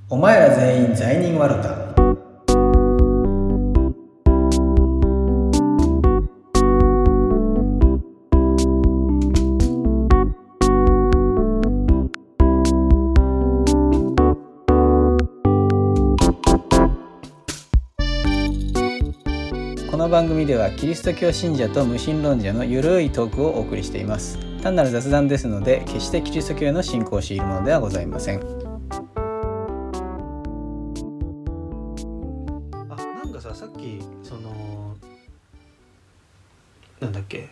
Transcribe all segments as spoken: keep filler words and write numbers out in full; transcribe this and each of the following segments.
お前ら全員罪人ワロタ。この番組ではキリスト教信者と無神論者のゆるいトークをお送りしています。単なる雑談ですので、決してキリスト教への信仰を強いるものではございません。 あ、なんかさ、さっきそのなんだっけ、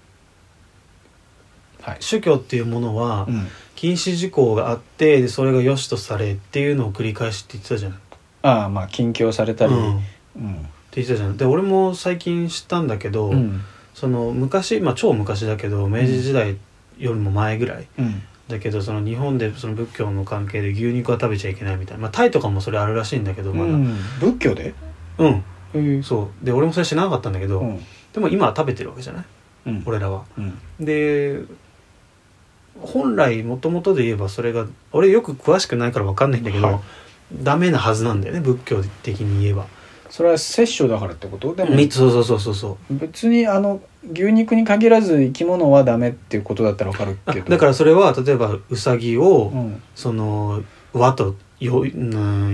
はい、宗教っていうものは、うん、禁止事項があってでそれが良しとされっていうのを繰り返しって言ってたじゃん。 ああ、まあ禁教されたり、うんうんって言ってたじゃん。で俺も最近知ったんだけど、うん、その昔、まあ超昔だけど明治時代よりも前ぐらい、うん、だけどその日本でその仏教の関係で牛肉は食べちゃいけないみたいな、まあタイとかもそれあるらしいんだけど、まだ、うん、 仏教でうん、えー、そうで俺もそれ知らなかったんだけど、うん、でも今は食べてるわけじゃない、うん、俺らは、うん、で本来もともとで言えばそれが俺よく詳しくないから分かんないんだけど、はい、ダメなはずなんだよね、仏教的に言えば。 それは殺生だからってこと？でもそうそうそうそうそう別にあの牛肉に限らず生き物はダメっていうことだったら分かるけど、 だからそれは例えばウサギを、うん、その和とよ、うん、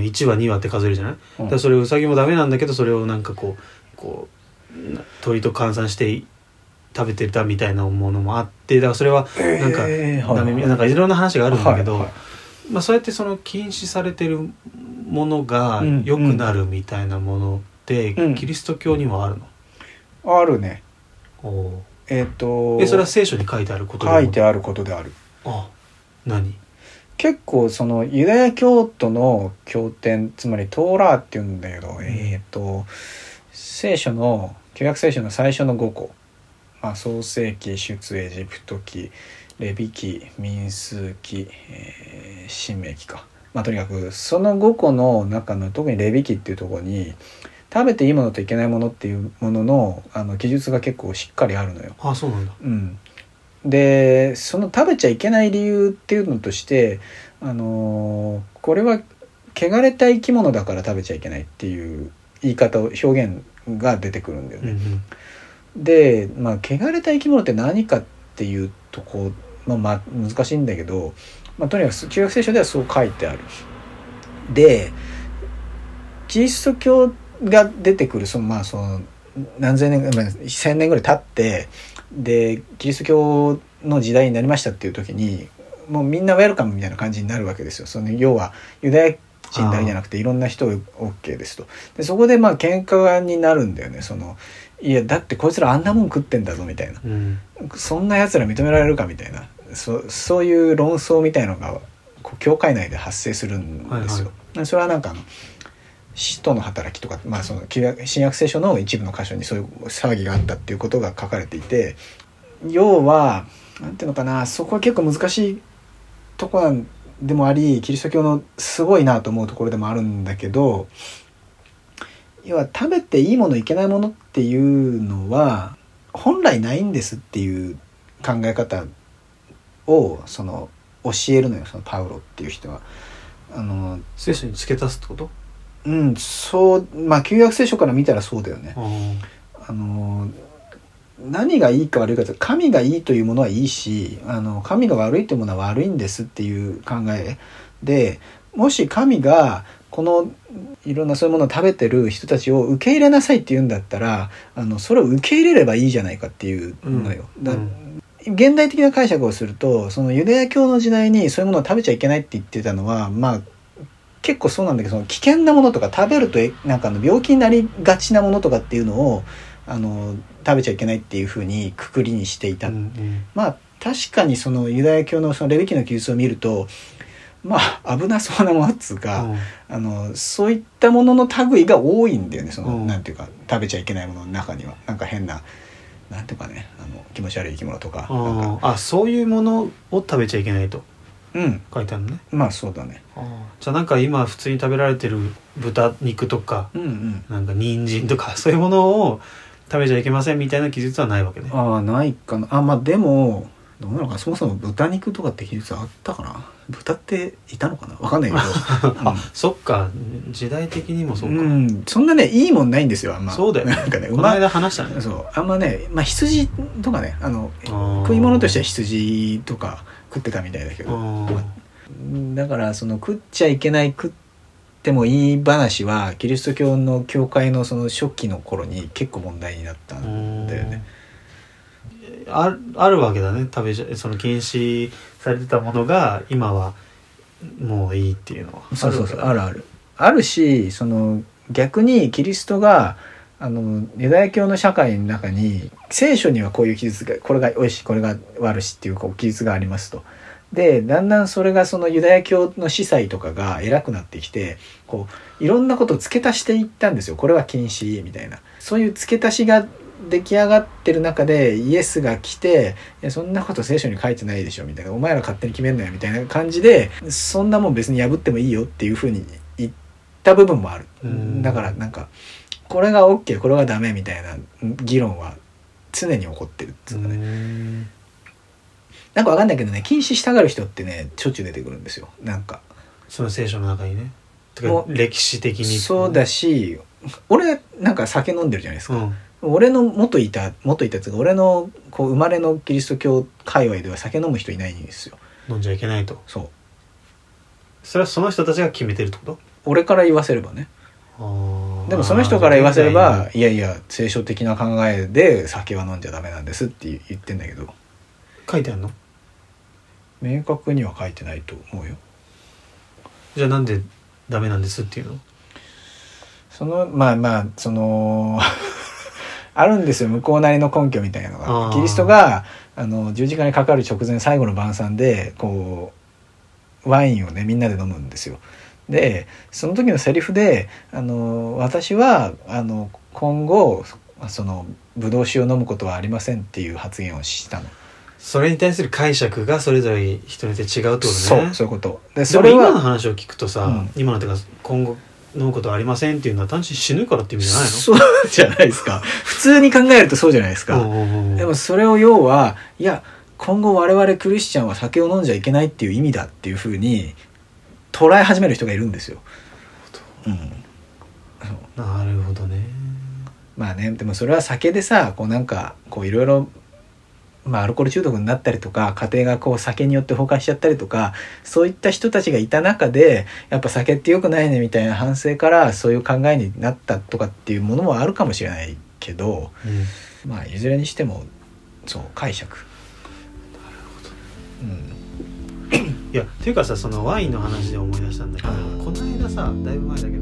いちわにわって数えるじゃない、うん、だからそれウサギもダメなんだけどそれをなんかこうこう鳥と換算して食べてたみたいなものもあって、だからそれはなんか、えー、ダメ、はいはい、なんかいろんな話があるんだけど、はいはい、まあ、そうやってその禁止されてるものが良くなるみたいなものって、うんうん、キリスト教にはあるの？ あるね。 おえっとえそれは聖書に書いてあることで書いてあることである。 あ、何？ 結構そのユダヤ教徒の経典、つまりトーラーっていうんだけど、うん、えっと聖書の旧約聖書の最初のごこ、まあ、創世記、出エジプト記、レビ記、民数記、えー、申命記か、まあ、とにかくそのごこの中の特にレビ記っていうところに食べていいものといけないものっていうものの、あの記述が結構しっかりあるのよ。 ああ、そうなんだ。 うん、でその食べちゃいけない理由っていうのとして、あのー、これは汚れた生き物だから食べちゃいけないっていう言い方を表現が出てくるんだよね、うんうん、で、まあ、汚れた生き物って何かっていうとこ、まあ、まあ難しいんだけど、まあ、とにかく旧約聖書ではそう書いてある。でキリスト教が出てくるその、まあ、その何千年、まあ、千年ぐらい経ってでキリスト教の時代になりましたっていう時にもうみんなウェルカムみたいな感じになるわけですよ。その要はユダヤ人だけじゃなくていろんな人 OK ですと。でそこでまあ喧嘩になるんだよね。そのいやだってこいつらあんなもん食ってんだぞみたいな、うん、そんなやつら認められるかみたいな、 そ, そういう論争みたいなのがこう教会内で発生するんですよ、はいはい、それはなんかあの使徒の働きとか、まあ、その新約聖書の一部の箇所にそういう騒ぎがあったっていうことが書かれていて、要はなんていうのかな、そこは結構難しいとこなんでもあり、キリスト教のすごいなと思うところでもあるんだけど、要は食べていいものいけないものっていうのは本来ないんですっていう考え方をその教えるのよ、そのパウロっていう人は。あの聖書に付け足すってこと？ うん、そう、まあ旧約聖書から見たらそうだよね。あの何がいいか悪いかって、神がいいというものはいいし、あの神が悪いというものは悪いんですっていう考えで、もし神がこのいろんなそういうものを食べてる人たちを受け入れなさいって言うんだったら、あのそれを受け入れればいいじゃないかっていうのよ、うん、だ、うん、現代的な解釈をすると、そのユダヤ教の時代にそういうものを食べちゃいけないって言ってたのは、まあ結構そうなんだけど、その危険なものとか食べるとなんかの病気になりがちなものとかっていうのをあの食べちゃいけないっていう風にくくりにしていた、うんうん、まあ確かにそのユダヤ教のそのレビ記の記述を見ると、まあ危なそうなものっつうか、うん、あのそういったものの類が多いんだよね。その、うん、なんていうか食べちゃいけないものの中にはなんか変な、なんていうかね、あの気持ち悪い生き物とか、なんかあ、そういうものを食べちゃいけないと、うん、書いてあるね。 まあそうだね。 あ、じゃあなんか今普通に食べられてる豚肉とか、うんうん、なんか人参とかそういうものを食べちゃいけませんみたいな記述はないわけね。 ああ、ないかな。あ、まあでもどうなのかな、そもそも豚肉とかって技術あったかな、豚っていたのかな、分かんないけどあ、うん、そっか、時代的にもそうか、 うん、そんなねいいもんないんですよあんま。 そうだよね、 なんかね、 この間話したね。 そうあんまね、まあ、羊とかね、あの食い物としては羊とか食ってたみたいだけど、まあ、だからその食っちゃいけない食ってもいい話はキリスト教の教会のその初期の頃に結構問題になったんだよね。 あ, あるわけだね、食べちゃその禁止されてたものが今はもういいっていうのは。 そうそうそう、あるあるあるし、その逆にキリストがあのユダヤ教の社会の中に聖書にはこういう記述が、これが良いしこれが悪しっていうこう記述がありますと。でだんだんそれがそのユダヤ教の司祭とかが偉くなってきて、こういろんなことを付け足していったんですよ。これは禁止みたいな、そういう付け足しが出来上がってる中でイエスが来て、いやそんなこと聖書に書いてないでしょみたいな、お前ら勝手に決めんなよみたいな感じで、そんなもん別に破ってもいいよっていう風に言った部分もある。だからなんかこれが OK これがダメみたいな議論は常に起こってるっていうかね。なんかわかんないけどね、禁止したがる人ってねしょっちゅう出てくるんですよ。なんかその聖書の中にね、てか歴史的にそうだし、俺なんか酒飲んでるじゃないですか、うん、俺の元いた元いたやつが俺のこう生まれのキリスト教界隈では酒飲む人いないんですよ。 飲んじゃいけないと。 そう、 それはその人たちが決めてるってこと？ 俺から言わせればね。あでもその人から言わせれば、いやいや聖書的な考えで酒は飲んじゃダメなんですって言ってんだけど。 書いてあるの？ 明確には書いてないと思うよ。 じゃあなんでダメなんですっていうの？ そのまあまあそのあるんですよ、向こうなりの根拠みたいなのが。キリストがあの十字架にかかる直前最後の晩餐でこうワインをねみんなで飲むんですよ。でその時のセリフであの私はあの今後そのブドウ酒を飲むことはありませんっていう発言をしたの。 それに対する解釈がそれぞれ人によって違うってことね。 そうそういうことで、 それはでも今の話を聞くとさ、うん、今のてか今後飲むことはありませんっていうのは単純に死ぬからっていう意味じゃないの？ そうじゃないですか普通に考えるとそうじゃないですか。でもそれを要はいや今後我々クリスチャンは酒を飲んじゃいけないっていう意味だっていうふうに捉え始める人がいるんですよ。うん、 なるほどね。 まあね、でもそれは酒でさこうなんかこういろいろまあ、アルコール中毒になったりとか家庭がこう酒によって崩壊しちゃったりとかそういった人たちがいた中でやっぱ酒って良くないねみたいな反省からそういう考えになったとかっていうものもあるかもしれないけど、うん、まあいずれにしてもそう解釈。なるほど、うん、いやっていうかさそのワインの話で思い出したんだけど、この間さだいぶ前だけど